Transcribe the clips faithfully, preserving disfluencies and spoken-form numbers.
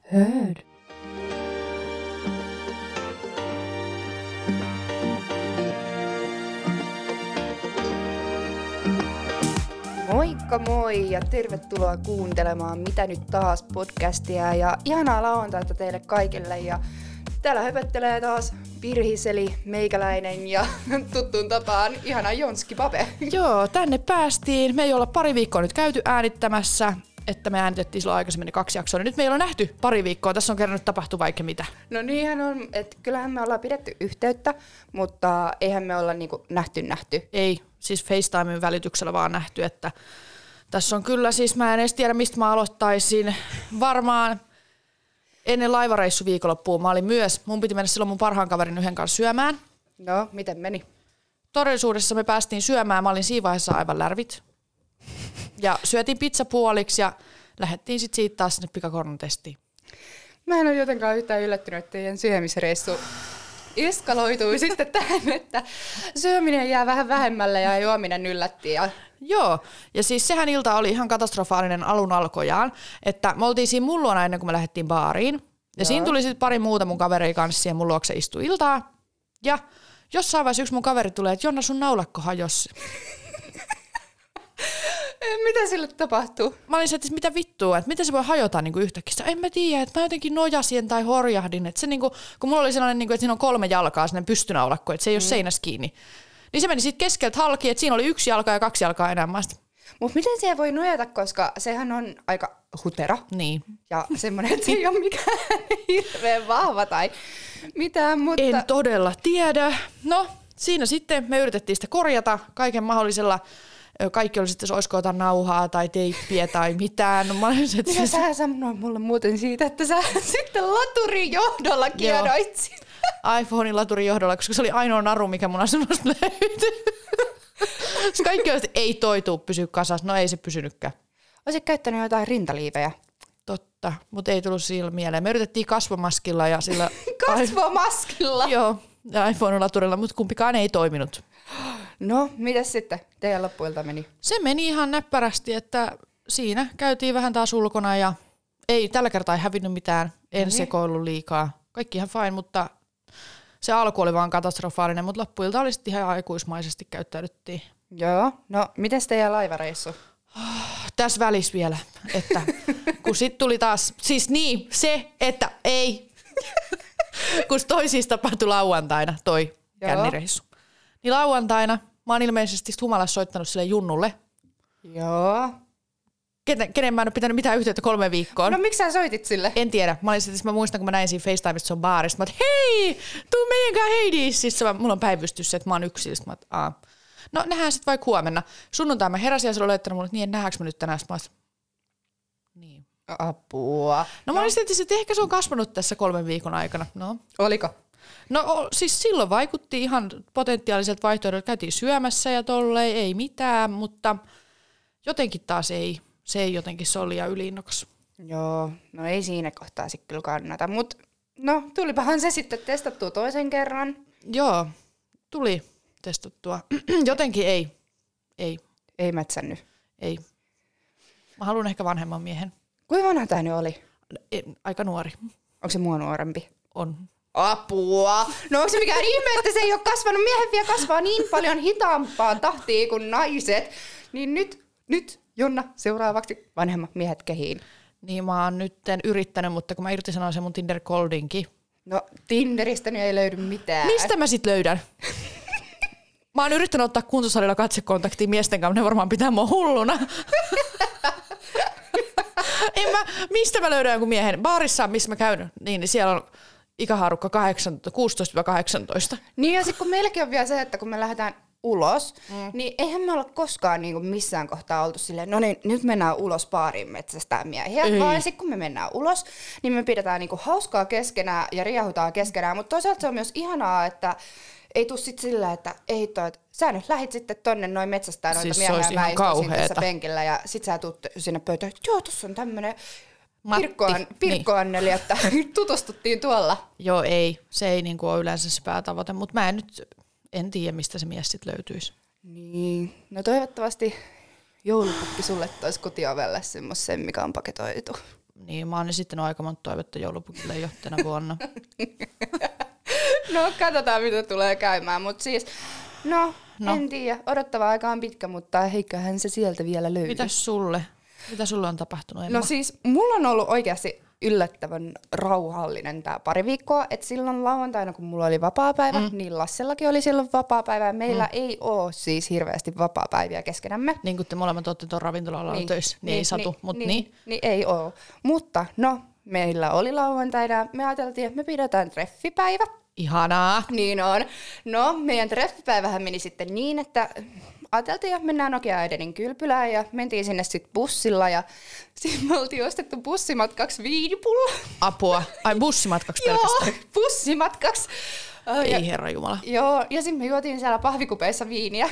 Heard. Moikka moi ja tervetuloa kuuntelemaan Mitä nyt taas podcastia ja ihanaa lauantaita teille kaikille ja täällä höpöttelee taas Pirhiseli, meikäläinen ja tuttuun tapaan ihana Jonski Pape. Joo, tänne päästiin. Me ei olla pari viikkoa nyt käyty äänittämässä, että me äänitettiin silloin aikaisemmin ne kaksi jaksoa. Nyt meillä on nähty pari viikkoa. Tässä on kerran nyt tapahtu vaikka mitä. No niinhän on, että kyllähän me ollaan pidetty yhteyttä, mutta eihän me olla niinku nähty nähty. Ei, siis FaceTimen välityksellä vaan nähty, että tässä on kyllä siis, mä en edes tiedä mistä mä aloittaisin. Varmaan ennen laivareissu viikonloppuun mä olin myös, mun piti mennä silloin mun parhaan kaverin yhden kanssa syömään. No, miten meni? Todellisuudessa me päästiin syömään, mä olin siinä vaiheessa aivan lärvit. Ja syötiin pizza puoliksi ja lähdettiin sitten siitä taas sinne pikakoronatestiin. Mä en ole jotenkaan yhtään yllättynyt, että teidän syömisreissu eskaloitui sitten tähän, että syöminen jää vähän vähemmälle ja juominen yllätti. Ja... Joo, ja siis sehän ilta oli ihan katastrofaalinen alun alkojaan, että me oltiin siinä mun luona ennen kuin me lähdettiin baariin. Ja Joo. Siinä tuli sitten pari muuta mun kaveria kanssa siihen mun luokse istui iltaa. Ja jossain vaiheessa yksi mun kaveri tulee, että Jonna sun naulakko hajosi. Mitä sille tapahtuu? Mä olin se, että mitä vittua, että miten se voi hajota niin kuin yhtäkkiä. En mä tiedä, että mä jotenkin nojasin tai horjahdin. Että se, niin kuin, kun mulla oli sellainen, niin kuin, että siinä on kolme jalkaa, sellainen pystynaulakko, että se ei ole mm. seinässä kiinni. Niin se meni sitten keskeltä halki, että siinä oli yksi jalka ja kaksi jalkaa enemmän. Mutta miten siellä voi nojata, koska sehän on aika hutera. Niin. Ja semmoinen, että se ei ole mikään hirveän vahva tai mitään, mutta... En todella tiedä. No, siinä sitten me yritettiin sitä korjata kaiken mahdollisella. Kaikki oli sitten, olisiko jotain nauhaa tai teippiä tai mitään. No, mä olin se, että ja sä sanoit mulle muuten siitä, että sä sitten laturin johdolla kiedoit sitä. iPhonein laturin johdolla, koska se oli ainoa naru, mikä mun asunnosta löytyi. Kaikki oli, että ei toi tuu pysyä kasassa. No ei se pysynytkään. Olisit käyttänyt jotain rintaliivejä. Totta, mutta ei tullut sillä mieleen. Me yritettiin kasvomaskilla ja sillä... Kasvomaskilla? Joo, ja iPhonein laturilla, mutta kumpikaan ei toiminut. No, mitäs sitten teidän loppuilta meni? Se meni ihan näppärästi, että siinä käytiin vähän taas ulkona ja ei tällä kertaa ei hävinnyt mitään, en no niin. sekoillut liikaa. Kaikki ihan fine, mutta se alku oli vaan katastrofaalinen, mutta loppuilta oli sitten ihan aikuismaisesti käyttäydyttiin. Joo, no mites teidän laivareissu? Tässä välissä vielä, että kun sit tuli taas, siis niin, se, että ei, kun toi siis tapahtui lauantaina, toi Joo. kännireissu. Niin lauantaina mä oon ilmeisesti humalassa soittanut sille Junnulle. Joo. Kenen, kenen mä en ole pitänyt mitään yhteyttä kolme viikkoon. No miksi sä soitit sille? En tiedä. Mä, olin, mä muistan, kun mä näin siinä FaceTimesta, se on baarista. Mä oon, hei, tuu meidän kanssa Heidis. Siis mulla on päivystys se, että mä oon yksin. Mä oon, Aa. No nähdään sit vaikka huomenna. Sunnuntai mä heräsin ja se oli laittanut mulle, että niin, nähdäänkö mä nyt tänään. Mä oon, niin. Apua. No mä olin sitten, että ehkä se on kasvanut tässä kolmen viikon aikana. No. Oliko? No siis silloin vaikutti ihan potentiaaliselta vaihtoehdolta. Käytiin syömässä ja tolleen, ei mitään, mutta jotenkin taas ei. Se ei jotenkin, se oli liian yliinnokas. Joo, no ei siinä kohtaa sitten kyllä kannata, mutta no tulipahan se sitten testattua toisen kerran. Joo, tuli testattua. Jotenkin ei, ei. Ei mätsännyt. Ei. Mä haluan ehkä vanhemman miehen. Kuinka vanha tää nyt oli? Aika nuori. Onko se mua nuorempi? On. Apua! No onko se mikään ihme, että se ei ole kasvanut? Miehet vielä kasvaa niin paljon hitaampaan tahtiin kuin naiset. Niin nyt, nyt Jonna, seuraavaksi vanhemmat miehet kehiin. Niin mä oon nyt yrittänyt, mutta kun mä irtisanoin sen mun Tinder Goldinkin. No Tinderistä ei löydy mitään. Mistä mä sit löydän? Mä oon yrittänyt ottaa kuntosalilla katsekontaktia miesten kanssa, ne varmaan pitää mua hulluna. en mä, mistä mä löydän jonkun miehen? Baarissa, missä mä käyn, niin, niin siellä on ikähaarukka kuusitoista kahdeksantoista. Niin ja sitten kun meilläkin on vielä se, että kun me lähdetään ulos, mm. niin eihän me olla koskaan niinku missään kohtaa oltu silleen, no niin, nyt mennään ulos baariin metsästään miehiä, Ei. vaan sitten kun me mennään ulos, niin me pidetään niinku hauskaa keskenään ja riehutaan keskenään, mutta toisaalta se on myös ihanaa, että ei tuu sit sillä, että ei toi, että sä nyt lähit sitten tonne noin metsästään noita siis miehiä, mä istuisin tässä penkillä ja sit sä tuut sinne pöytään, että joo, tossa on tämmönen Pirkko-An- Pirkko-Anneli, niin. Että tutustuttiin tuolla. Joo, ei. Se ei niinku ole yleensä se päätavoite, mutta mä en nyt en tiedä, mistä se mies sit löytyisi. Niin, no toivottavasti joulupukki sulle tois kotiovelle semmoisen, mikä on paketoitu. niin, mä oon esittänyt aika monta toivetta joulupukille jo tänä vuonna. No katsotaan mitä tulee käymään, mutta siis no, no. en tiedä, odottava aika on pitkä, mutta eiköhän se sieltä vielä löydy. Mitäs sulle? Mitä sulle on tapahtunut, Emma? No siis mulla on ollut oikeasti yllättävän rauhallinen tää pari viikkoa, että silloin lauantaina kun mulla oli vapaapäivä, mm. niin Lassellakin oli silloin vapaapäivä ja meillä mm. ei oo siis hirveästi vapaapäiviä keskenämme. Niin kuin te molemmat olette tuon ravintola-alalla niin, töissä, niin, niin ei satu, niin, mutta niin. Niin, niin ei oo, mutta no meillä oli lauantaina, me ajateltiin, että me pidetään treffipäivä. Ihanaa. Niin on. No, meidän treffipäivähän meni sitten niin, että ajateltiin, että mennään Nokia-äidin kylpylään ja mentiin sinne sitten bussilla ja sitten me oltiin ostettu bussimatkaksi viinipulla. Apua. Ai bussimatkaksi pelkästään? Joo, bussimatkaksi. Ei herra jumala. Joo, ja sitten me juotiin siellä pahvikupeissa viiniä.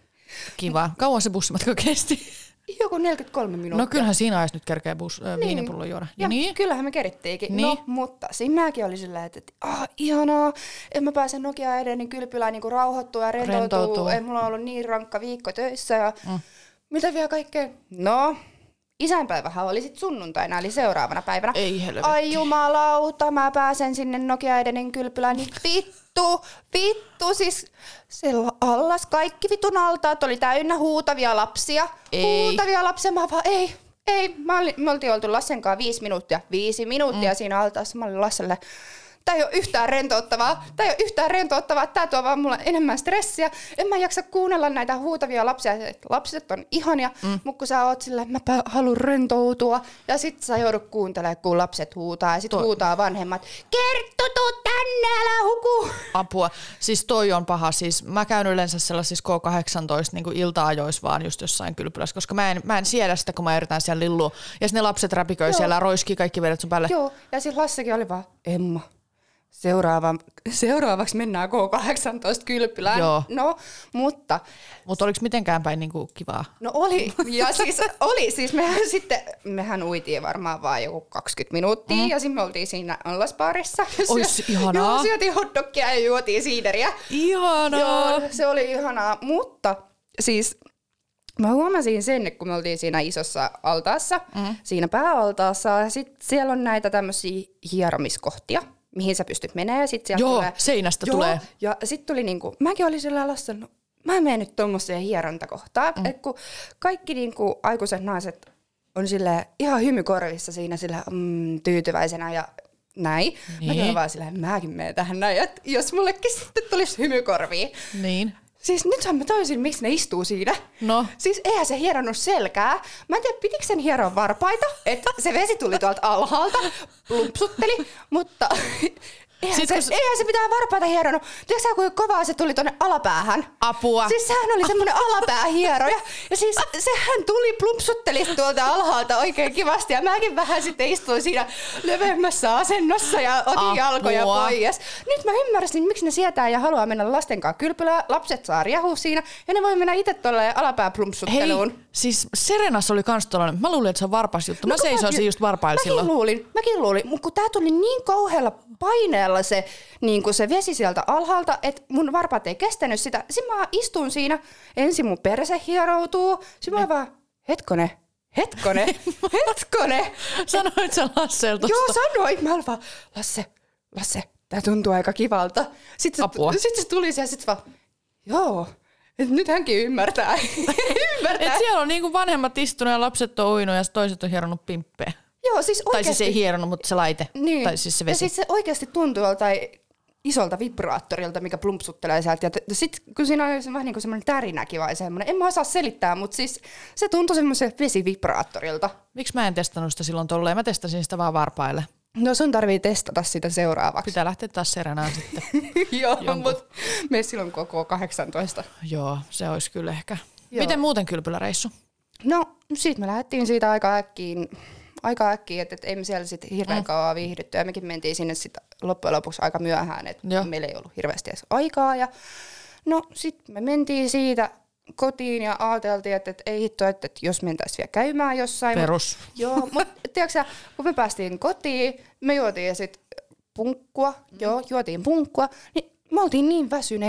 Kiva. Kauan se bussimatka kesti? Joku neljäkymmentäkolme minuuttia. No kyllähän siinä ajassa nyt kerkee bus, äh, niin. viinipullon juoda. Ja, ja niin? Kyllähän me kerittiinkin. Niin. No, mutta siinä mäkin oli silleen, että, että ah, ihanaa, että mä pääsen Nokia-äidin kylpylään niinku rauhoittua ja rentoutua. Rentoutuu. Ei mulla on ollut niin rankka viikko töissä ja mm. mitä vielä kaikkea. No, isänpäivähän oli sit sunnuntaina, eli seuraavana päivänä. Ei helvetti. Ai jumalauta, mä pääsen sinne Nokia-äidin kylpylään, niin vittu, vittu, siis siellä allas kaikki vitun altaat oli täynnä huutavia lapsia. Ei. Huutavia lapsia, mä vaan ei, ei. Mä olin, me oltiin oltu Lassen kanssa viisi minuuttia, viisi minuuttia mm. siinä altaassa. Mä olin Lasselle, tää ei ole yhtään rentouttavaa, tää ei ole yhtään rentouttavaa, tää tuo vaan mulle enemmän stressiä. En mä jaksa kuunnella näitä huutavia lapsia, lapset on ihania, mm. mutta kun sä oot silleen, mä haluan rentoutua, ja sit sä joudut kuuntelemaan, kun lapset huutaa, ja sit toi. Huutaa vanhemmat, Kerttu, tuu tänne, älä huku! Apua. Siis toi on paha. Siis mä käyn yleensä sellaisissa K kahdeksantoista niin ilta-ajoissa vaan just jossain kylpylässä, koska mä en, mä en siedä sitä, kun mä yritän siellä lillua. Ja ne lapset räpiköi Joo. siellä, roiskii kaikki vedet sun päälle. Joo, ja sit Lassekin oli vaan, Emma. Seuraava, seuraavaksi mennään K kahdeksantoista kylpylään. Joo. No, mutta... Mutta oliko mitenkään päin niinku kivaa? No oli. Ja siis oli. Siis mehän sitten, mehän uitiin varmaan vaan joku kaksikymmentä minuuttia. Mm. Ja sitten me oltiin siinä allasbaarissa. Ois ihanaa. Joo, syötiin hotdogia ja juotiin siideriä. Ihanaa. Joo, se oli ihanaa. Mutta siis... Mä huomasin sen, kun me oltiin siinä isossa altaassa, mm. siinä pääaltaassa, ja sit siellä on näitä tämmöisiä hieromiskohtia, mihin sä pystyt menemään, ja sit sieltä Joo, tulee... seinästä Joo, tulee. Ja sit tuli niinku, mäkin olin sillä lailla, no, mä en mene nyt tommoseen hierontakohtaan, mm. että kun kaikki niinku aikuiset naiset on silleen ihan hymykorvissa siinä sillä mm, tyytyväisenä ja näin. Niin. Mäkin olen vaan silleen, mäkin menen tähän näin, että jos mullekin sitten tulisi hymykorviin. Niin. Siis nythän mä toisin, miksi ne istuu siinä. No. Siis eihän se hieronnut selkää. Mä en tiedä, pitikö sen hieron varpaita, että se vesi tuli tuolta alhaalta, plumpsutteli, mutta eihän, se, kun... eihän se mitään varpaita hieronnut. Tiedätkö sä, kuinka kovaa se tuli tonne alapäähän? Apua. Siis sehän oli semmoinen alapäähieroja. Ja siis sehän tuli plumpsutteli tuolta alhaalta oikein kivasti. Ja mäkin vähän sitten istuin siinä leveämmässä asennossa ja otin Apua. jalkoja pois. Nyt mä ymmärsin, miksi ne sietää ja haluaa mennä lasten kanssa kylpylään. Lapset saa riehua siinä ja ne voi mennä itse tuolle alapääplumpsutteluun. Hei, siis Serenas oli kans tollainen. Mä luulin, että se on varpas juttu. Mä no, seisoisin mä, just varpailla mäkin silloin. Luulin, mäkin luulin, mutta kun tää tuli niin kauhealla paineella se, niin kuin se vesi sieltä alhaalta, että mun varpaat ei kestänyt sitä. Sitten mä istun siinä, ensin mun perse hieroutuu, sitten mä vaan, hetkone, hetkone, hetkone. Sanoit sä Lasselta? Joo, sanoin. Mä olin vaan, Lasse, Lasse, tää tuntuu aika kivalta. Sitten se, sit se tuli siellä, sit vaan, joo. Et nyt hänkin ymmärtää. ymmärtää. Et siellä on niinku vanhemmat istunut ja lapset on uinut ja toiset on hieronnut pimppejä. Joo, siis oikeasti. Tai siis ei hieronnut, mutta se laite. Niin. Tai siis se vesi. Ja siis se oikeasti tuntuu joltain isolta vibraattorilta, mikä plumpsuttelee sieltä. Ja sitten kun siinä on vähän niin kuin semmoinen tärinäkin vai semmoinen, en mä osaa selittää, mutta siis se tuntui semmoisen vesivibraattorilta. Miksi mä en testannut sitä silloin tolleen? Mä testasin sitä vaan varpaille. No sun tarvii testata sitä seuraavaksi. Pitää lähteä taas Serenaan sitten. Joo, mutta me silloin koko kahdeksantoista. Joo, se olisi kyllä ehkä. Joo. Miten muuten kylpyläreissu? No sit me lähdettiin siitä aika äkkiin. Aika äkkiä, että et ei me siellä sitten hirveän mm. kauan viihdytty. Ja mekin mentiin sinne sitten loppujen lopuksi aika myöhään, että meillä ei ollut hirveästi edes aikaa. Ja no sitten me mentiin siitä kotiin ja ajateltiin, että, että ei hitto, että, että jos mentäisiin vielä käymään jossain. Perus. Mut, joo, mutta tiedätkö kun me päästiin kotiin, me juotiin sitten punkkua, mm. joo, juotiin punkkua, niin me oltiin niin väsyneitä.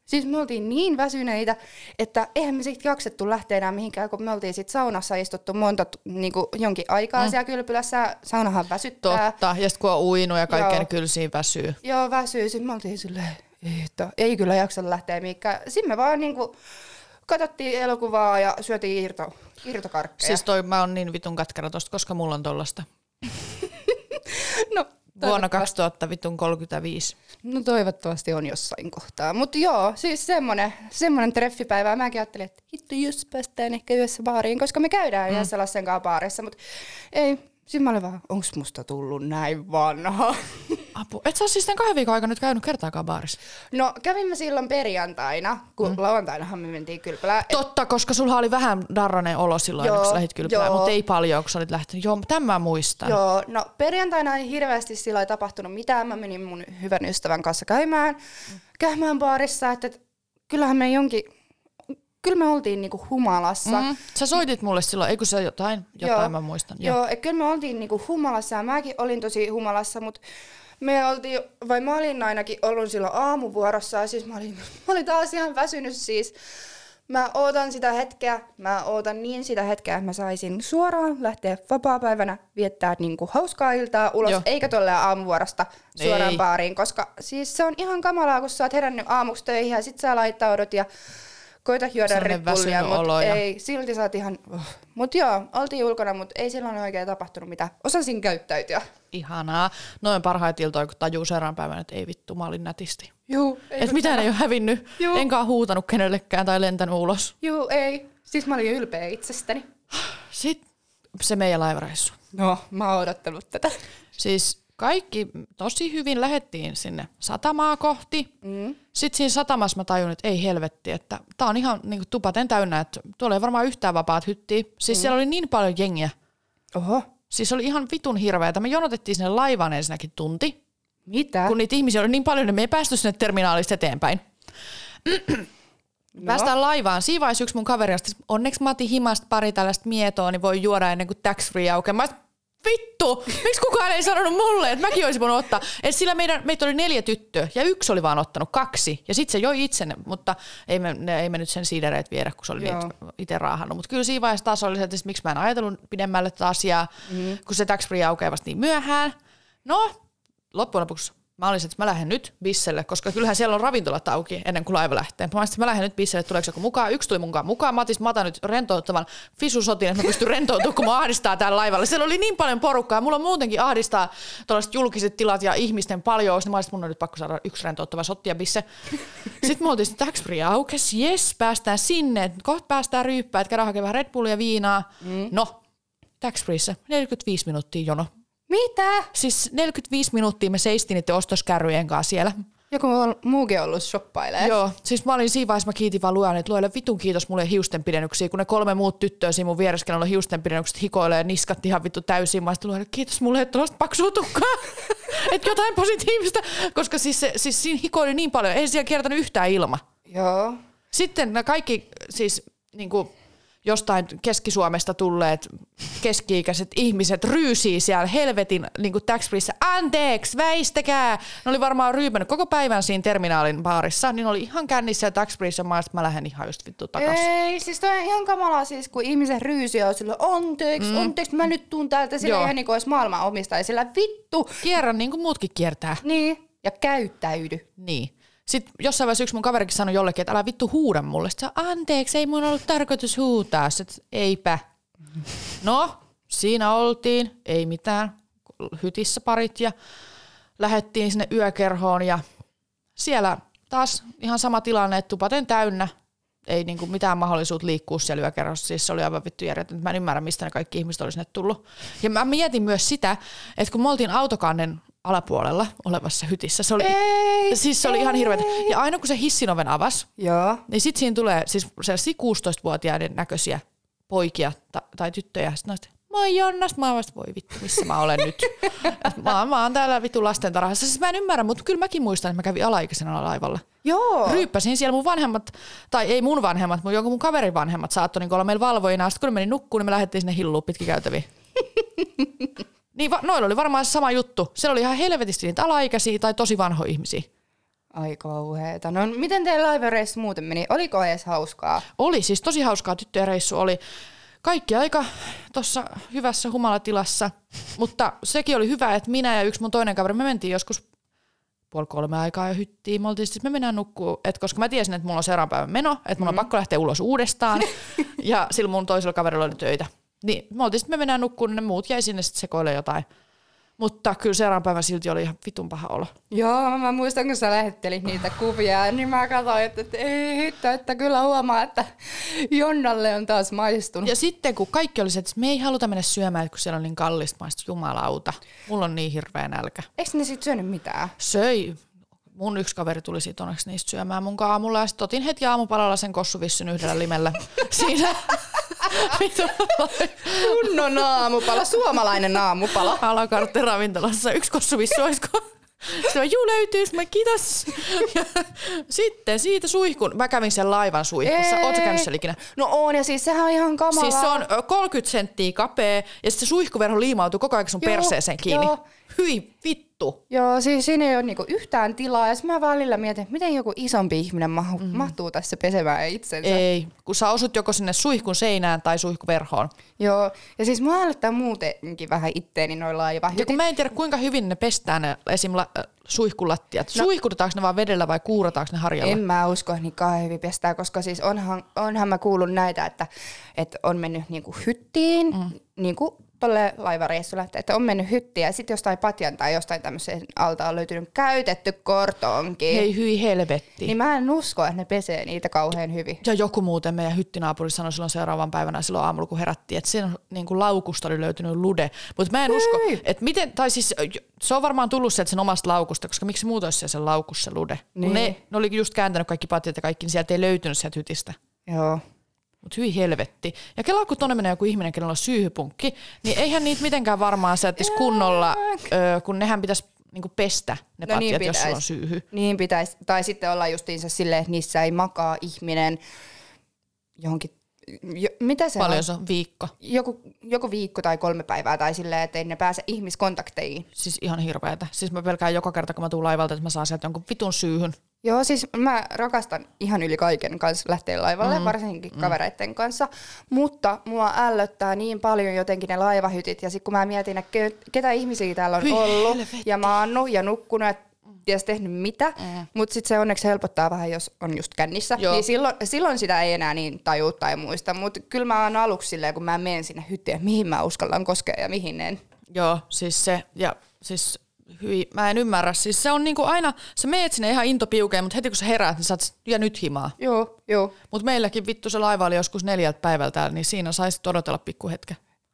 Siis me oltiin niin väsyneitä, että eihän me sitten jaksettu lähteä enää mihinkään, kun me oltiin sitten saunassa istuttu monta niinku, jonkin aikaa mm. siellä kylpylässä. Saunahan väsyttää. Totta, ja sitten kun on uinut ja kaikkea, niin kyllä siinä väsyy. Joo, väsyy. Sitten me oltiin silleen, että ei kyllä jaksa lähteä mihinkään. Sitten me vaan niinku katsottiin elokuvaa ja syötiin irto, irtokarkkeja. Siis toi mä oon niin vitun katkera tosta, koska mulla on tollasta. No, vuonna kaksituhattakolmekymmentäviisi. No toivottavasti on jossain kohtaa. Mutta joo, siis semmonen, semmonen treffipäivä. Mäkin ajattelin, että hitto jos päästään ehkä yhdessä baariin, koska me käydään mm. yhdessä Lassen kanssa baarissa. Mutta ei, siis mä olin vaan, onks musta tullut näin vanha? Apu. Et sä oo siis tämän kahden viikon aikana nyt käynyt kertaakaan baarissa? No kävimme silloin perjantaina, kun mm. lauantainahan me mentiin kylpylään. Totta, koska sulla oli vähän darranen olo silloin, joo, kun sä lähdit kylpylään, mutta ei paljon, kun sä olit lähtenyt. Joo, tämän mä muistan. Joo, no perjantaina ei hirveästi sillä ei tapahtunut mitään. Mä menin mun hyvän ystävän kanssa käymään, mm. käymään baarissa, että et, kyllähän me jonkin... Kyllä me oltiin niinku humalassa. Mm. Sä soitit mulle silloin, eikö se jotain, jotain joo, mä muistan. Joo, joo kyllä me oltiin niinku humalassa ja mäkin olin tosi humalassa, mutta me oltiin, vai mä olin ainakin ollut silloin aamuvuorossa ja siis mä olin, mä olin taas ihan väsynyt siis. Mä ootan sitä hetkeä, mä ootan niin sitä hetkeä, että mä saisin suoraan lähteä vapaapäivänä viettää niinku hauskaa iltaa ulos, joo. eikä tolleen aamuvuorosta suoraan ei. baariin, koska siis se on ihan kamalaa, kun sä oot herännyt aamuksi töihin ja sit sä laittaudut ja koita juoda Red Bullia, mutta ei, silti sä oot ihan... Oh. Mut joo, oltiin ulkona, mutta ei silloin oikein tapahtunut mitään. Osasin käyttäytyä. Ihanaa. Noin parhaita iltoja, kun tajuu seuraavan päivänä, että ei vittu, mä olin nätisti. Juu. Että mitään ei ole hävinnyt. Juu. Enkä huutanut kenellekään tai lentänyt ulos. Juu, ei. Siis mä olin ylpeä itsestäni. Sitten se meidän laivareissu. No, mä oon odottanut tätä. Siis kaikki tosi hyvin lähettiin sinne satamaa kohti. Mm. Sitten siinä satamassa mä tajun, että ei helvetti, että tää on ihan niinku tupaten täynnä, että tuolla ei varmaan yhtään vapaat hyttiä. Siis mm. siellä oli niin paljon jengiä. Oho. Siis oli ihan vitun hirveetä. Me jonotettiin sinne laivaan ensinnäkin tunti. Mitä? Kun niitä ihmisiä oli niin paljon, niin me ei päästy sinne terminaalista eteenpäin. No. Päästään laivaan. Siinä vaiheessa yksi mun kaveri, onneksi mä otin himasta pari tällaista mietoa, niin voi juoda ennen kuin tax free aukeaa. Mä vittu, miksi kukaan ei sanonut mulle, että mäkin olisin voinut ottaa. Et sillä meidän, meitä oli neljä tyttöä ja yksi oli vaan ottanut kaksi. Ja sitten se joi itsenne, mutta ei me, ne, ei me nyt sen siidereet viedä, kun se oli itse raahannut. Mutta kyllä siinä vaiheessa taas oli se, että miksi mä en ajatellut pidemmälle tätä asiaa, mm. kun se tax free aukeaa vasta niin myöhään. No, loppujen lopuksi mä olisin, että mä lähden nyt bisselle, koska kyllähän siellä on ravintolat auki ennen kuin laiva lähtee. Mä olisin, että mä lähden nyt bisselle, tuleeko joku mukaan. Yksi tuli mukaan mukaan. Mä otin, mä otan nyt rentouttavan fisusotin, että mä pystyn rentoutumaan, kun mä ahdistaa täällä laivalla. Siellä oli niin paljon porukkaa. Mulla muutenkin ahdistaa tuollaiset julkiset tilat ja ihmisten paljous. Niin mä olisin, mun on nyt pakko saada yksi rentouttava sotti ja bisse. Sitten me oltiin tax free aukes. Jes, päästään sinne. Kohta päästään ryyppään, että käydään hakemaan vähän Red Bullia viinaa. Mm. No, tax freeissä neljäkymmentäviisi minuuttia jono. Mitä? Siis neljäkymmentäviisi minuuttia me seistiin niiden ostoskärryjen kanssa siellä. Joku on muukin ollut shoppailee. Joo, siis mä olin siinä vaiheessa, mä kiitin vaan Lujalle, että Lujalle vitun kiitos mulle hiustenpidennyksiä, kun ne kolme muut tyttöä siinä mun vieressä, kenellä on hiustenpidennykset hikoilee ja niskat ihan vittu täysin. Mä sitten Lujalle, kiitos mulle, että tuollaista paksua tukkaa. Että jotain positiivista, koska siis, se, siis siinä hikoili niin paljon, ei siellä kiertänyt yhtään ilma. Joo. Sitten nämä kaikki siis niinku jostain Keski-Suomesta tulleet keski-ikäiset ihmiset ryysii siellä helvetin niin kuin tax-freeissä. Anteeksi, väistäkää! Ne oli varmaan ryypännyt koko päivän siinä terminaalin baarissa, niin oli ihan kännissä ja tax-freeissä. Mä, mä lähden ihan just vittu takas. Ei, siis toi on ihan kamalaa siis, kun ihmisen ryysi on sillä anteeksi, mm. anteeksi, mä nyt tuun täältä sillä ihan niin kuin olisi maailman omistaja. Sillä vittu! Kierrän niin kuin muutkin kiertää. Niin, ja käyttäydy. Niin. Sitten jossain vaiheessa yksi mun kaverikin sanoi jollekin, että älä vittu huuda mulle. Sitten anteeksi, ei mun ollut tarkoitus huutaa. Sitten eipä. No, siinä oltiin, ei mitään, hytissä parit ja lähdettiin sinne yökerhoon ja siellä taas ihan sama tilanne, että tupaten täynnä. Ei niinku mitään mahdollisuutta liikkua siellä yökerhossa, siis se oli aivan vittu järjetöntä. Mä en ymmärrä, mistä ne kaikki ihmiset oli sinne tullut. Ja mä mietin myös sitä, että kun me oltiin autokannen alapuolella olevassa hytissä. Se oli, ei, siis se ei. oli ihan hirveetä. Ja aina kun se hissin oven avasi, joo. niin sit siinä tulee siis sellaisia kuusitoistavuotiaiden näköisiä poikia ta- tai tyttöjä. Sitten noista, moi Jonna. Mä vasta, voi vittu, missä mä olen nyt. mä, mä oon täällä vittu lastentarhassa. Siis mä en ymmärrä, mutta kyllä mäkin muistan, että mä kävin alaikäisenä laivalla. Joo. Ryyppäsin siellä mun vanhemmat, tai ei mun vanhemmat, mutta jonkun mun kaverin vanhemmat saattoi niin olla meillä valvojina. Sitten kun ne meni nukkuun, niin me lähdettiin sinne hilluun pitkin käytäviin. Niin va- noilla oli varmaan se sama juttu. Siellä oli ihan helvetisti niitä alaikäisiä tai tosi vanhoja ihmisiä. Ai kauheeta. No miten teidän laivareissu muuten meni? Oliko edes hauskaa? Oli siis tosi hauskaa, tyttöjen reissu oli. Kaikki aika tuossa hyvässä humalatilassa, mutta sekin oli hyvä, että minä ja yksi mun toinen kaveri, me mentiin joskus puoli kolme aikaa jo hyttiin. Me oltiin sitten, me mennään nukkuu, että koska mä tiesin, että mulla on seuraavan päivän meno, että mulla on mm. pakko lähteä ulos uudestaan ja sillä mun toisella kaverilla oli töitä. Niin me oltiin sitten, me mennään nukkuun, ne muut jäi sinne sitten sekoille jotain. Mutta kyllä seuraavan päivän silti oli ihan vitun paha olo. Joo, mä muistan, kun sä lähettelit niitä kuvia, niin mä katsoin, että, että ei hitto, että kyllä huomaa, että Jonnalle on taas maistunut. Ja sitten kun kaikki oli se, että me ei haluta mennä syömään, kun siellä on niin kallista maistua, jumalauta. Mulla on niin hirveä nälkä. Eikö ne sit syönyt mitään? Söi. Mun yksi kaveri tuli siitä onneksi niistä syömään mun aamulla ja sitten otin heti aamupalalla sen kossuvissyn yhdellä limellä. Siinä. Kunnon aamupala, suomalainen aamupala. Alakartte ravintolassa yksi kossuvissu, olisiko? Se on, juu löytyis, mä kiitos. Ja sitten siitä suihkun, mä kävin sen laivan suihkussa, ootko käynyt siellä ikinä? No on, ja siis sehän on ihan kamalaa. Siis se on kolmekymmentä senttiä kapea ja sitten se suihkuverho liimautuu koko ajan sun joo, perseeseen kiinni. Joo. Hyi vittu. Joo, siis siinä ei ole niinku yhtään tilaa ja mä välillä mietin, että miten joku isompi ihminen mahtuu, mm. mahtuu tässä pesemään itsensä. Ei, kun sä osut joko sinne suihkun seinään tai suihkuverhoon. Joo, ja siis mua älyttää muutenkin vähän itteeni noin laivahytit. Ja kun mä en tiedä kuinka hyvin ne pestään ne esim. La- suihkulattiat. No, suihkutetaanko ne vaan vedellä vai kuurataanko ne harjalla? En mä usko, että niin kauhean hyvin pestää, koska siis onhan, onhan mä kuullut näitä, että, että on mennyt niinku hyttiin, mm. niinku tolle laivareissulle, että on mennyt hyttiin ja sitten jostain patjan tai jostain tämmöisen alta on löytynyt käytetty kortonki. Hei hyi helvetti. Niin mä en usko, että ne pesee niitä kauhean hyvin. Ja joku muuten meidän hyttinaapuri sanoi silloin seuraavan päivänä silloin aamulla kun herättiin, että siinä niin kuin laukusta oli löytynyt lude. Mutta mä en Hei. usko, että miten, tai siis se on varmaan tullut sieltä sen omasta laukusta, koska miksi muuta olisi siellä sen laukussa se lude. Niin. Ne, ne oli just kääntänyt kaikki patjat ja kaikki, niin sieltä ei löytynyt sieltä hytistä. Joo. Mut hyi helvetti. Ja kelaa kun tonne menee joku ihminen, kenellä on syyhypunkki, niin eihän niitä mitenkään varmaan säätisi kunnolla, öö, kun nehän pitäisi niinku pestä ne no patjat, niin jos sulla on syyhy. Niin pitäisi. Tai sitten olla justiinsa silleen, että niissä ei makaa ihminen johonkin, jo, mitä se Paljon on? se on? Viikko? Joku, joku viikko tai kolme päivää tai silleen, että ei ne pääse ihmiskontakteihin. Siis ihan hirveetä. Siis mä pelkään joka kerta, kun mä tuun laivalta, että mä saan sieltä jonkun vitun syyhyn. Joo, siis mä rakastan ihan yli kaiken kanssa lähteä laivalle, mm, varsinkin mm. kavereiden kanssa, mutta mua ällöttää niin paljon jotenkin ne laivahytit, ja sitten kun mä mietin, että ketä ihmisiä täällä on Hyi ollut, helvetti. Ja maannut ja nukkunut, ja ties tehnyt mitä, mm. mutta sitten se onneksi helpottaa vähän, jos on just kännissä, Joo. niin silloin, silloin sitä ei enää niin tajua tai muista, mutta kyllä mä oon aluksi silleen, kun mä menen sinne hyttiin, mihin mä uskallan koskea ja mihin en. Joo, siis se, ja siis... Hyi, mä en ymmärrä. Siis se on niinku aina, sä meet sinne ihan intopiukeen, mutta heti kun sä heräät, niin sä oot, ja nyt himaa. Joo, joo. Mut meilläkin vittu se laiva oli joskus neljältä päivältä täällä, niin siinä saisit odotella pikkuhetken.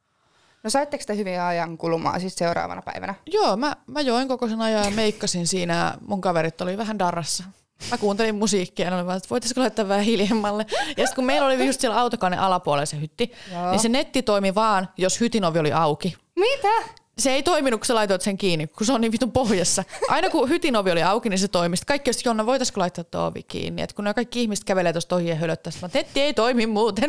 No saitteko te hyvin ajan kulumaan siis seuraavana päivänä? Joo, mä, mä join koko sen ajan ja meikkasin siinä. Mun kaverit oli vähän darrassa. Mä kuuntelin musiikkia ja olin vaan, että voitaisiko laittaa vähän hiljemmalle. Ja sitten kun meillä oli just siellä autokanne alapuolella se hytti, Joo. niin se netti toimi vaan, jos hytin ovi oli auki. Mitä? Se ei toiminut, kun sä laitoit sen kiinni, kun se on niin vitun pohjassa. Aina kun hytin ovi oli auki, niin se toimi. Sitten kaikki olisivat, Jonna, voitaisiko laittaa tuo ovi kiinni? Et kun ne kaikki ihmiset kävelee tuosta ohi ja hölöttää, että netti ei toimi muuten.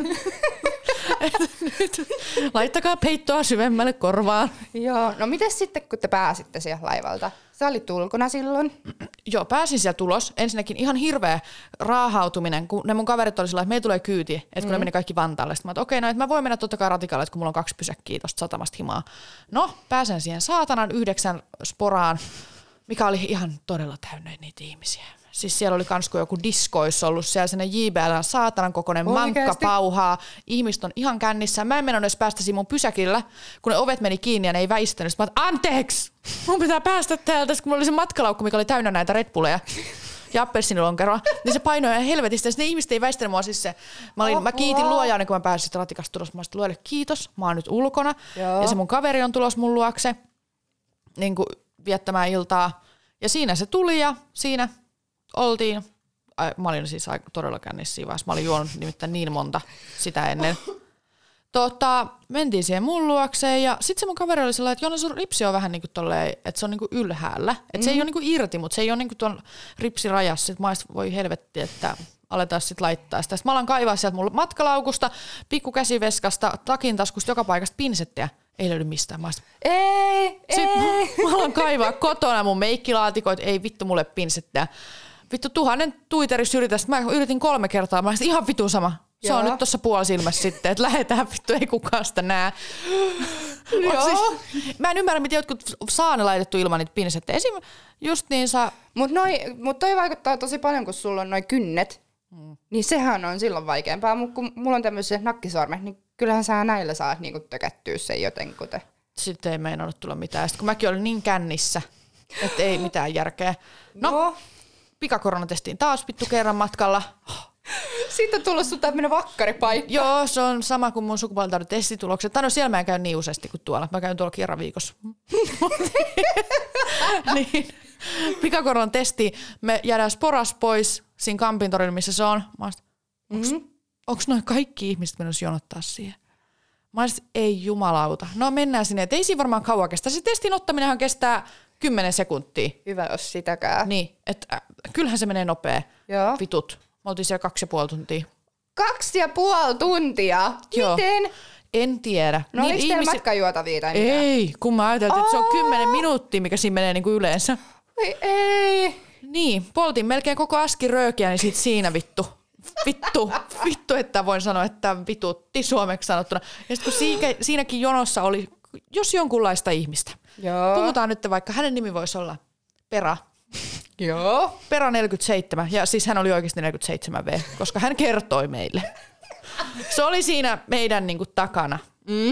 Nyt laittakaa peittoa syvemmälle korvaan. Joo, no mites sitten, kun te pääsitte siellä laivalta? Sä olit ulkona silloin. Joo, pääsin sieltä tulos. Ensinnäkin ihan hirveä raahautuminen, kun ne mun kaverit oli sillä, että meillä tulee kyyti, että kun mm. ne meni kaikki Vantaalle. Sitten mä että okei, okay, no että mä voin mennä totta kai ratikalle, että kun mulla on kaksi pysäkkiä tosta satamasta himaa. No, pääsen siihen saatanan yhdeksän sporaan, mikä oli ihan todella täynnä niitä ihmisiä. Siis siellä oli kans kun joku diskois ollut siellä sinne J B L saatanan kokoinen mankka pauhaa. Ihmiset on ihan kännissä. Mä en mennyt edes päästä siinä mun pysäkillä, kun ne ovet meni kiinni ja ne ei väistänyt. Sitten mä oon, anteeksi, mun pitää päästä täältä. Sitten kun mulla oli se matkalaukku, mikä oli täynnä näitä Red Bulleja ja appelsinilonkeroa, niin se painoi ihan helvetistä. Sitten ne ihmiset ei väistänyt mua siis se. Mä, olin, mä kiitin luojaa, niin kun mä pääsin sitten ratikasta tulossa. Mä sitten luojalle, kiitos, mä oon nyt ulkona. Joo. Ja se mun kaveri on tulossa mun luokse niin kuin viettämään iltaa. Ja siinä se tuli ja siinä oltiin. Mä olin siis todella kännissä siinä vaiheessa. Mä olin juonut nimittäin niin monta sitä ennen. Tota, mentiin siihen mun luokseen ja sit se mun kaveri oli sellainen, että Jonna, sun ripsi on vähän niinku tolleen, että se on niinku ylhäällä. Että mm. se ei ole niinku irti, mutta se ei ole niinku tuon ripsirajassa. Sit mä voi helvetti, että aletaan sit laittaa sitä. Sit mä alan kaivaa sieltä mun matkalaukusta, pikku käsiveskasta, takintaskusta, joka paikasta pinsettejä. Ei löydy mistään maasta. Ei, Sitten ei. Mä alan kaivaa kotona mun meikkilaatikoit, ei vittu mulle pinsettejä. vittu tuhannen Twitterissä yritän, mä yritin kolme kertaa, mä olisin ihan vitun sama. Se Joo. on nyt tossa puolisilmässä sitten, että lähetään vittu, ei kukaan sitä näe. Siis, mä en ymmärrä, miten jotkut saa ne laitettu ilman niitä pinsettä. Esim. just niin saa... Mut, noi, mut toi vaikuttaa tosi paljon, kun sulla on noi kynnet. Mm. Niin sehän on silloin vaikeampaa. Mut kun mulla on tämmöiset nakkisormet, niin kyllähän sä näillä saat niinku tökättyä sen jotenkuten. Sitten ei meinannut tulla mitään. Sitten kun mäkin olin niin kännissä, että ei mitään järkeä. No, no. Pikakoronatestiin taas vittu kerran matkalla. Siitä on tullut sun tämmönen vakkaripaikka. Joo, se on sama kuin mun sukupuolitaudin testitulokset. Tai no siellä mä en käy niin useasti kuin tuolla. Mä käyn tuolla kerran viikossa. niin. Pikakoronan testi. Me jäädään sporas pois siinä Kampintorilla, missä se on. Mä olisin, onks, mm-hmm. onks noin kaikki ihmiset menossa jonottaa siihen? Mä olisin, ei jumalauta. No mennään sinne. Et ei siinä varmaan kauan kestä. Se testin ottaminenhan kestää kymmenen sekuntia. Hyvä, jos sitäkään. Niin, että äh, kyllähän se menee nopea. Joo. Vitut. Me oltiin siellä kaksi ja puoli tuntia. Kaksi ja puoli tuntia? Joo. Miten? En tiedä. No niin oliko ihmisi... teillä matkajuotavia tai mitään? Ei, kun mä ajattelin, että se on kymmenen minuuttia, mikä siinä menee niin kuin yleensä. Ei, ei. Niin, poltin melkein koko aski röökiä, niin sit siinä vittu. Vittu, vittu, että voin sanoa, että vitutti suomeksi sanottuna. Ja sitten kun siinä, siinäkin jonossa oli, jos jonkunlaista ihmistä. Joo. Puhutaan nyt vaikka, hänen nimi voisi olla Pera. Joo. Pera neljäkymmentäseitsemän, ja siis hän oli oikeasti neljäkymmentäseitsemän vuotias, koska hän kertoi meille. Se oli siinä meidän niin kuin, takana. Mm.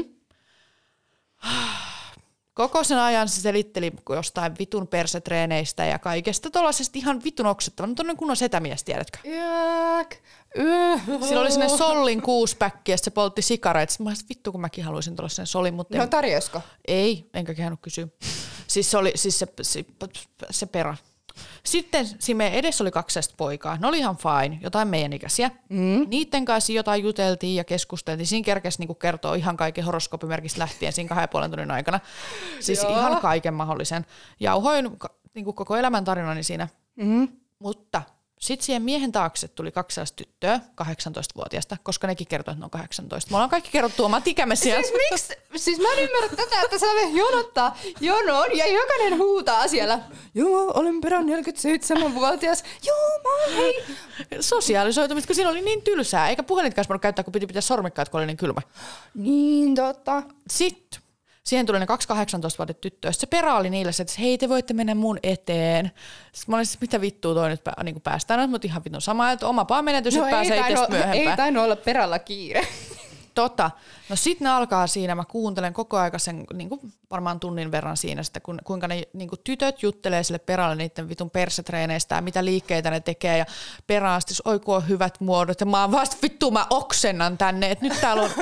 Koko sen ajan se selitteli jostain vitun persetreeneistä ja kaikesta tuollaisesta ihan vitun oksettavaa. Nyt on niin kunnon setämies, tiedätkö? Jääk. Sillä oli sinne Sollin kuusipäkki ja se poltti sikareita. Mä olisin, vittu kun mäkin haluaisin tulla sen Solin, mutta... No tarjosko? Ei, enkä kehannut kysyä. Siis se oli siis se, se, se Pera. Sitten siinä meidän edessä oli kaksi poikaa. Ne oli ihan fine, jotain meidän ikäisiä. Mm. Niiden kanssa jotain juteltiin ja keskusteltiin. Siinä kerkesi niin kertoa ihan kaiken horoskoopimerkistä lähtien siinä kahden puolen tunnin aikana. Siis Joo. ihan kaiken mahdollisen. Jauhoin niin koko elämäntarinani siinä. Mm. Mutta sitten siihen miehen taakse tuli kaksi tyttöä, kahdeksantoistavuotiaista, koska nekin kertoi, että ne on kahdeksantoista. Me ollaan kaikki kerrottu omat ikämme siellä. Siis miksi? Siis mä en ymmärrä tätä, että sä jonottaa jonon ja jokainen huutaa siellä. Joo, olen Pera neljäkymmentäseitsemänvuotias. Joo, mä hei. Sosiaalisoitumista, kun siinä oli niin tylsää. Eikä puhelinkaan voinut käyttää, kun piti pitää sormikkaat, kun oli niin kylmä. Niin, totta. Sitten siihen tuli ne kaksi kahdeksantoistavuotiaat tyttöä. Sitten se Pera oli niille, että hei, te voitte mennä mun eteen. Sitten mä olin, mitä vittua toi nyt pää, niin päästään, mutta ihan vitun sama, että oma paa menetys, no että pääsee itsestä myöhempään. Ei tainnut olla Peralla kiire. Tota. No sit ne alkaa siinä, mä kuuntelen koko ajan sen niin kuin varmaan tunnin verran siinä, sitä, kun, kuinka ne niin kuin tytöt juttelee sille Peralle niiden vitun persetreeneistä ja mitä liikkeitä ne tekee ja Pera asti, oi kun on hyvät muodot ja mä oon vasta vittu, mä oksennan tänne, että nyt täällä on...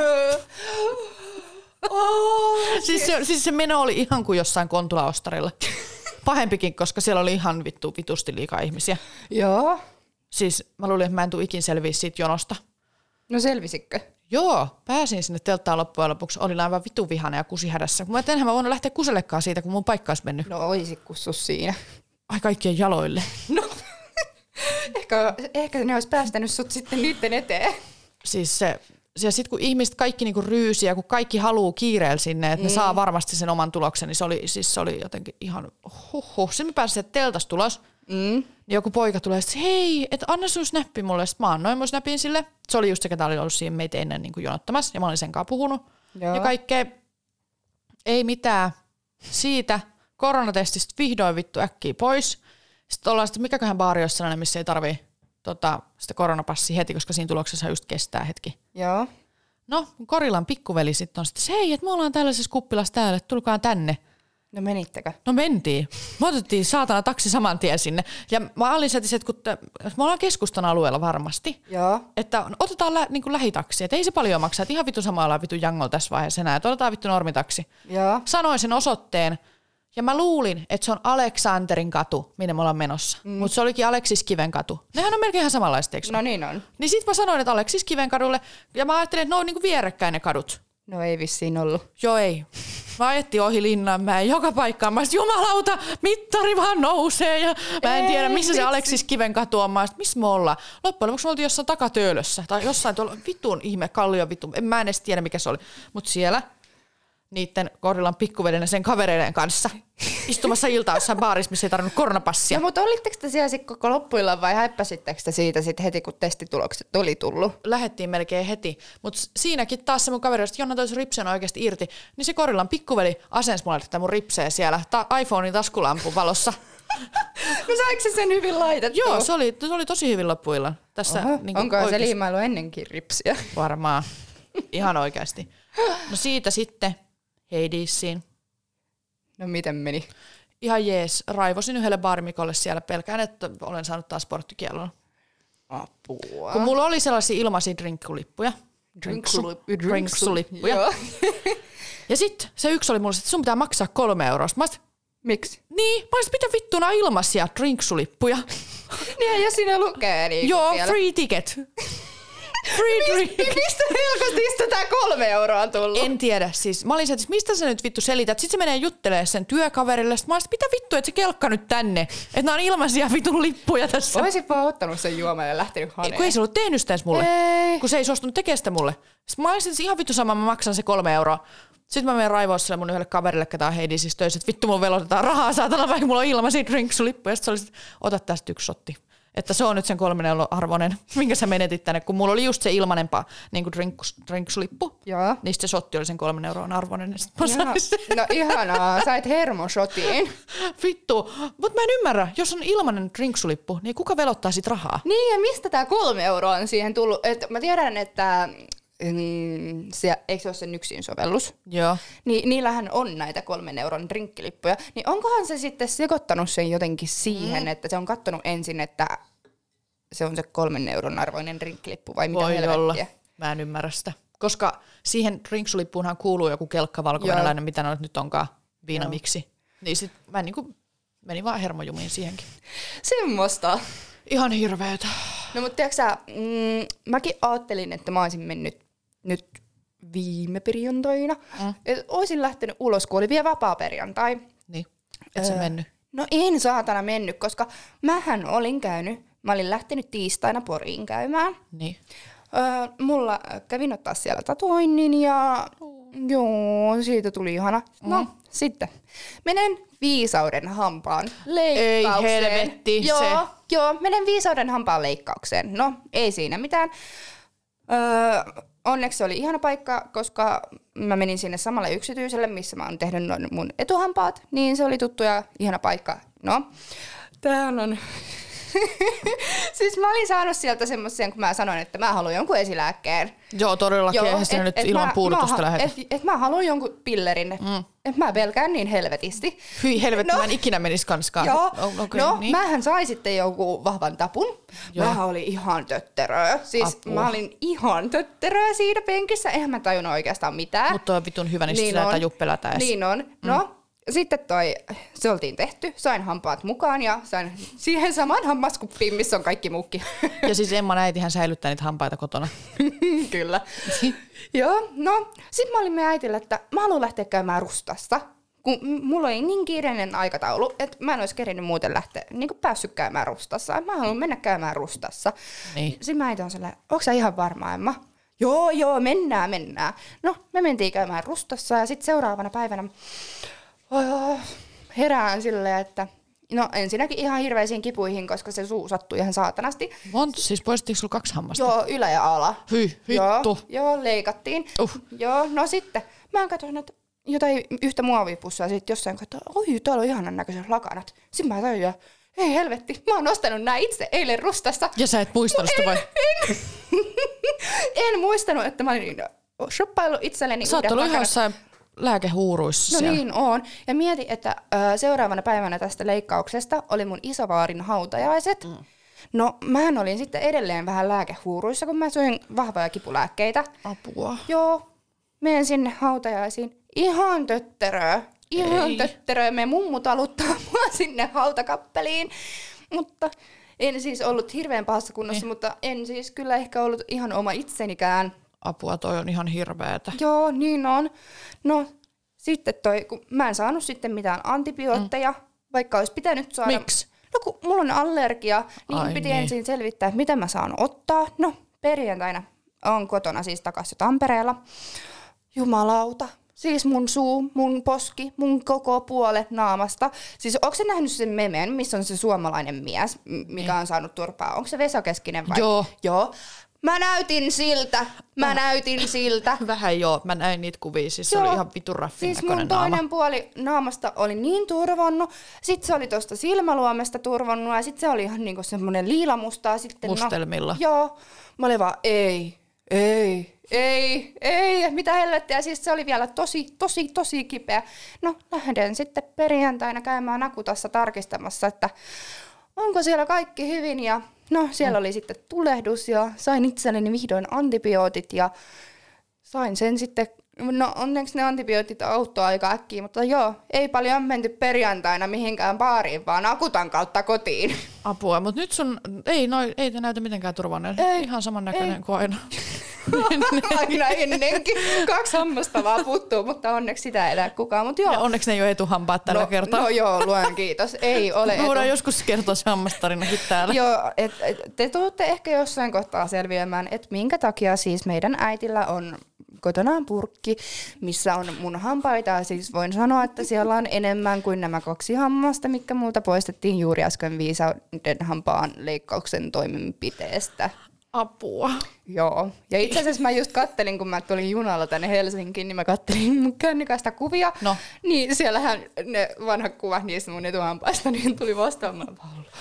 Oh, siis, se, siis se meno oli ihan kuin jossain Kontula-ostarilla. Pahempikin, koska siellä oli ihan vittu vitusti liikaa ihmisiä. Joo. Siis mä luulin, että mä en tule ikin selviä siitä jonosta. No selvisikö? Joo, pääsin sinne telttaan loppujen lopuksi. Olin aivan vitun vihana ja kusihädässä. Mä enhän mä voinut lähteä kusellekaan siitä, kun mun paikka olisi mennyt. No oisi kussus siinä. Ai kaikkien jaloille. No, ehkä, ehkä ne olisi päästänyt sut sitten niiden eteen. Siis se... Ja sitten kun ihmiset kaikki niinku ryysi ja kun kaikki haluaa kiireellä sinne, että mm. ne saa varmasti sen oman tuloksen, niin se oli, siis se oli jotenkin ihan huhhuh. Sitten me pääsin sieltä teltasta tulos, mm. niin joku poika tulee, että hei, että anna sun snappi mulle. Sitten mä annoin mun snappin sille. Se oli just se, ketä oli ollut siinä meitä ennen niin kuin jonottamassa ja mä olin sen kanssa puhunut. Joo. Ja kaikkea, ei mitään siitä koronatestistä vihdoin vittu äkkiä pois. Sitten ollaan sitten, mikäköhän baari olisi sellainen, missä ei tarvii Tota, sitä koronapassia heti, koska siinä tuloksessa just kestää hetki. Joo. No, Korilan pikkuveli sitten on sitten, hei, että me ollaan tällaisessa kuppilassa täällä, että tulkaa tänne. No menittekö? No mentiin. Me otettiin saatana taksi saman tien sinne. Ja mä olin että kun te, me ollaan keskustan alueella varmasti, Joo. että otetaan lä, niin kuin lähitaksi, että ei se paljon maksaa, että ihan vittu samalla vittu jangolla tässä vaiheessa enää, että otetaan vittu normitaksi. Joo. Sanoin sen osoitteen. Ja mä luulin, että se on Aleksanterin katu, minne me ollaan menossa. Mm. Mutta se olikin Aleksis Kiven katu. Nehän on melkein ihan samanlaiset, eikö? No niin on. Niin sit mä sanoin, että Aleksis Kiven kadulle. Ja mä ajattelin, että ne on niinku vierekkäin ne kadut. No ei vissiin ollut. Joo ei. Mä ajettiin ohi Linnanmäen joka paikkaan. Mä olisin, jumalauta, mittari vaan nousee. Ja mä en ei, tiedä, missä vitsi. Se Aleksis Kiven katu on. Mä olisin, missä me ollaan? Loppujen lopuksi me oltiin jossain takatöölössä. Tai jossain tuolla vitun ihme, kallio vitun. En mä en edes tiedä, mikä se oli. Mutta siellä... niitten Gorillan pikkuveljen ja sen kavereiden kanssa istumassa iltaa jossain baarissa, missä ei tarvinnut koronapassia. No, mutta olitteko te siellä sitten koko loppuillaan vai häppäsittekö te siitä sit heti, kun testitulokset oli tullut? Lähettiin melkein heti, mutta siinäkin taas se mun kaveri, että Jonna toisi ripsen oikeasti irti, niin se Gorillan pikkuveli asensi mulle tätä mun ripseä siellä ta- iPhonein taskulampun valossa. No saiko se sen hyvin laitettua? Joo, se oli, se oli tosi hyvin loppuillan. Tässä, Oho, niin onko oikeasti. se liimailu ennenkin ripsiä? Varmaan. Ihan oikeasti. No siitä sitten Hadesiin. No miten meni? Ihan jees. Raivosin yhdelle baarimikolle siellä. Pelkään, että olen saanut taas sporttikielon. Apua. Kun mulla oli sellaisia ilmaisia drinkkulippuja. Drinksulippuja. Drinksulippuja. Ja sitten se yksi oli mulle, että sun pitää maksaa kolme euroa. Mä sit, miksi? niin, mä olisin, mitä vittu nää ilmaisia drinksulippuja. Niin, ja siinä lukee niin. Joo, vielä. free ticket. Free drink. Mistä helkotista tää kolme euroa on tullut? En tiedä. Siis, mä olin se, että mistä sä nyt vittu selität? Sitten se menee juttelemaan sen työkaverille. Sitten mä olin, mitä vittu, että se kelkka nyt tänne? Että nää on ilmaisia vitun lippuja tässä. Oisitpa ottanut sen juoman ja lähtenyt haneen. Kun ei se ollut tehnyt sitä edes mulle. Ei. Kun se ei suostunut tekemään sitä mulle. Sitten mä olisin, että ihan vittu sama, mä maksan se kolme euroa. Sitten mä menen raivoa sille mun yhdelle kaverille, ketä on Heidi siis töissä, että vittu mulla velotetaan rahaa, saatana, vaikka mulla on ilmaisia drinksulippuja. Sitten se oli, että ota tästä yksi shotti. Että se on nyt sen kolmen euron arvoinen, minkä sä menetit tänne, kun mulla oli just se ilmanen niin kuin drinks, drinksulippu. Joo. Niin se shotti oli sen kolmen euron arvoinen. Ja sit mä sain sen. No ihanaa, sait hermoshotiin. Vittu, mutta mä en ymmärrä, jos on ilmanen drinksulippu, niin kuka velottaa sit rahaa? Niin, ja mistä tää kolme euroa on siihen tullut? Et mä tiedän, että mm, se, eikö se ole sen yksin sovellus? Joo. Niin, niillähän on näitä kolmen euron drinkkilippuja. Niin onkohan se sitten sekoittanut sen jotenkin siihen, mm. että se on kattonut ensin, että se on se kolmen euron arvoinen drinkkilippu vai mitä Voi helvettiä? olla. Mä en ymmärrä sitä. Koska siihen drinksulippuunhan kuuluu joku kelkka valkovenäläinen, mitä ne nyt onkaan, viinamiksi. Niin sit mä niinku menin vaan hermojumiin siihenkin. Semmosta. Ihan hirveetä. No mutta tiedätkö sä, mm, mäkin ajattelin, että mä olisin mennyt nyt viime perjantaina. Mm. Että olisin lähtenyt ulos, kun oli vielä vapaa perjantai. Niin, et sä öö, mennyt? No en saatana mennyt, koska mähän olin käynyt, mä olin lähtenyt tiistaina Poriin käymään. Niin. Öö, mulla kävin ottaa siellä tatuoinnin ja mm. joo, siitä tuli ihana. Mm. No sitten menen viisauden hampaan leikkaukseen. Ei helvetti joo, se. Joo, menen viisauden hampaan leikkaukseen. No ei siinä mitään. Öö, onneksi se oli ihana paikka, koska mä menin sinne samalle yksityiselle, missä mä oon tehnyt noin mun etuhampaat, niin se oli tuttu ja ihana paikka. No, täällä on... Siis mä olin saanut sieltä semmoisen, kun mä sanoin, että mä haluan jonkun esilääkkeen. Joo, todellakin. Eihän sinne nyt ilman mä, puudutusta mä, lähetä. Et, et mä haluan jonkun pillerin, että mm. et mä pelkään niin helvetisti. Hyi helvetti, no, mä en ikinä menisi kanskaan. Joo, okay, no niin. mähän sain sitten jonkun vahvan tapun. Joo. Mähän olin ihan tötteröä. Siis Apua. Mä olin ihan tötteröä siinä penkissä. Eihän mä tajunnut oikeastaan mitään. Mutta on vitun hyvä, niin, niin sitä taju pelätä edes. Niin on. Mm. No. Sitten toi, se oltiin tehty, sain hampaat mukaan ja sain siihen samaan hammaskuppiin, missä on kaikki muukki. Ja siis Emman äitihän säilyttää niitä hampaita kotona. Kyllä. Joo, no sit mä olin meidän äitillä, että mä haluan lähteä käymään Rustassa. Kun mulla oli niin kiireinen aikataulu, että mä en olisi kerinyt muuten lähteä, niin kuin päässyt käymään Rustassa. Mä haluan mennä käymään Rustassa. Niin. Sitten mä äiti on sellainen, onko sä ihan varma, Emma? Joo, joo, mennään, mennään. No, me mentiin käymään Rustassa ja sitten seuraavana päivänä Oh, herään silleen, että no ensinnäkin ihan hirveisiin kipuihin, koska se suu sattui ihan saatanasti. Monta, siis poistettiinko sulla kaksi hammasta? Joo, ylä ja ala. Hyi, vittu. Joo, joo, leikattiin. Uh. Joo, no sitten mä katsoin, että jotain yhtä muovipussaa sitten jossain kohtaa, oi, täällä on ihanan näköiset lakanat. Sitten mä tajuin, ei helvetti, mä oon ostanut nää itse eilen Rustasta. Ja sä et muistanut sitä vai? En, en muistanut, että mä olin shoppaillut itselleni sä uudet lakanat. Sä oot ollut ihan jossain lääkehuuruissa No siellä. niin on. Ja mieti, että ö, seuraavana päivänä tästä leikkauksesta oli mun isovaarin hautajaiset. Mm. No mähän olin sitten edelleen vähän lääkehuuruissa, kun mä söin vahvoja kipulääkkeitä. Apua. Joo. Menen sinne hautajaisiin. Ihan tötteröä. Ihan Ei. tötteröä. Me mummu taluttaa mua sinne hautakappeliin. Mutta en siis ollut hirveän pahassa kunnossa, Ei. mutta en siis kyllä ehkä ollut ihan oma itsenikään. Apua, toi on ihan hirveetä. Joo, niin on. No sitten toi, kun mä en saanut sitten mitään antibiootteja, mm. vaikka olisi pitänyt saada. Miksi? No kun mulla on allergia, niin Ai piti niin. ensin selvittää, että mitä mä saan ottaa. No perjantaina on kotona siis takaisin Tampereella. Jumalauta, Siis mun suu, mun poski, mun koko puolet naamasta. Siis onko se nähnyt sen memen, missä on se suomalainen mies, mikä on saanut turpaa? Onko se Vesa Keskinen vai? Joo. Joo. Mä näytin siltä, mä oh. näytin siltä. Vähän joo, mä näin niitä kuvia, siis se joo. oli ihan vitun raffin siis näköinen mun toinen naama. puoli naamasta oli niin turvonnut, sit se oli tosta silmäluomesta turvonnut ja sit se oli ihan niinku semmonen liilamustaa. Sitten mustelmilla. No, joo, mä olin vaan ei, ei, ei, ei, mitä helvettiä. Siis se oli vielä tosi, tosi, tosi kipeä. No lähden sitten perjantaina käymään Akutassa tarkistamassa, että onko siellä kaikki hyvin ja no siellä oli sitten tulehdus ja sain itselleni vihdoin antibiootit ja sain sen sitten, no onneksi ne antibiootit auttoi aika äkkiä, mutta joo, ei paljon menty perjantaina mihinkään baariin, vaan Akutan kautta kotiin. Apua, mutta nyt sun, ei, noi, ei te näytä mitenkään turvanneelle, ihan samannäköinen kuin aina. Aina ennenkin. Kaksi hammasta vaan puttuu, mutta onneksi sitä ei elää kukaan. Mut joo. Ja onneksi ne ei ole etuhampaat tällä no, kertaa. No joo, luen kiitos. Ei ole Me voidaan etu. joskus kertoa se hammastarinakin täällä. Joo, et, et, te tulette ehkä jossain kohtaa selviämään, että minkä takia siis meidän äitillä on kotonaan purkki, missä on mun hampaita. Siis voin sanoa, että siellä on enemmän kuin nämä kaksi hammasta, mitkä multa poistettiin juuri äsken viisauden hampaan leikkauksen toimenpiteestä. Apua. Joo. Ja itse asiassa mä just kattelin, kun mä tulin junalla tänne Helsinkiin, niin mä kattelin mun kännykästä kuvia. No. Niin siellähän ne vanhat kuvat niistä mun etuhampaista, niin tuli vastaan. Mä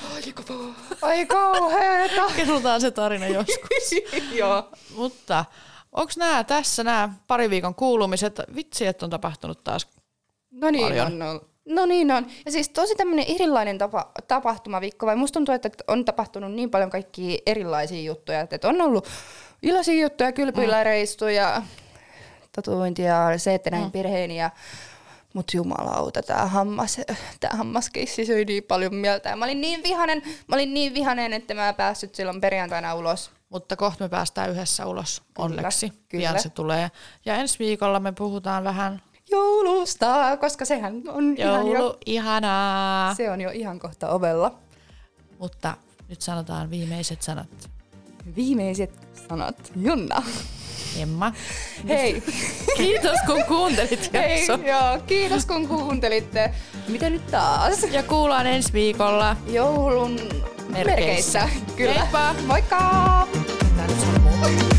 ai kauheeta. Kerrotaan se tarina joskus. Joo. Mutta onks nää tässä nää pari viikon kuulumiset? Vitsi, että on tapahtunut taas No niin paljon. on. No. No niin on. Ja siis tosi tämmönen erilainen tapa, tapahtumaviikko, vai musta tuntuu, että on tapahtunut niin paljon kaikkia erilaisia juttuja, että on ollut iloisia juttuja, kylpyläreissuja, tatuointia, se, että näin mm. perheeni ja mut jumalauta, tää hammas, tää hammaskeissi söi niin paljon mieltä. Ja mä olin niin vihanen, mä olin niin vihanen, että mä en päässyt silloin perjantaina ulos. Mutta kohta me päästään yhdessä ulos, Kyllä, onneksi. kyllä. Pian se tulee. Ja ensi viikolla me puhutaan vähän joulusta, koska sehän on ihan jo, joulu, ihanaa. se on jo ihan kohta ovella. Mutta nyt sanotaan viimeiset sanat. Viimeiset sanat. Junna. Emma. Hei. Kiitos kun kuuntelit Hei, jakson. joo, kiitos kun kuuntelitte. Mitä nyt taas? Ja kuullaan ensi viikolla. Joulun merkeissä. Merkeissä. Kyllä. Heippa. Moikka! Tää nyt sanoo.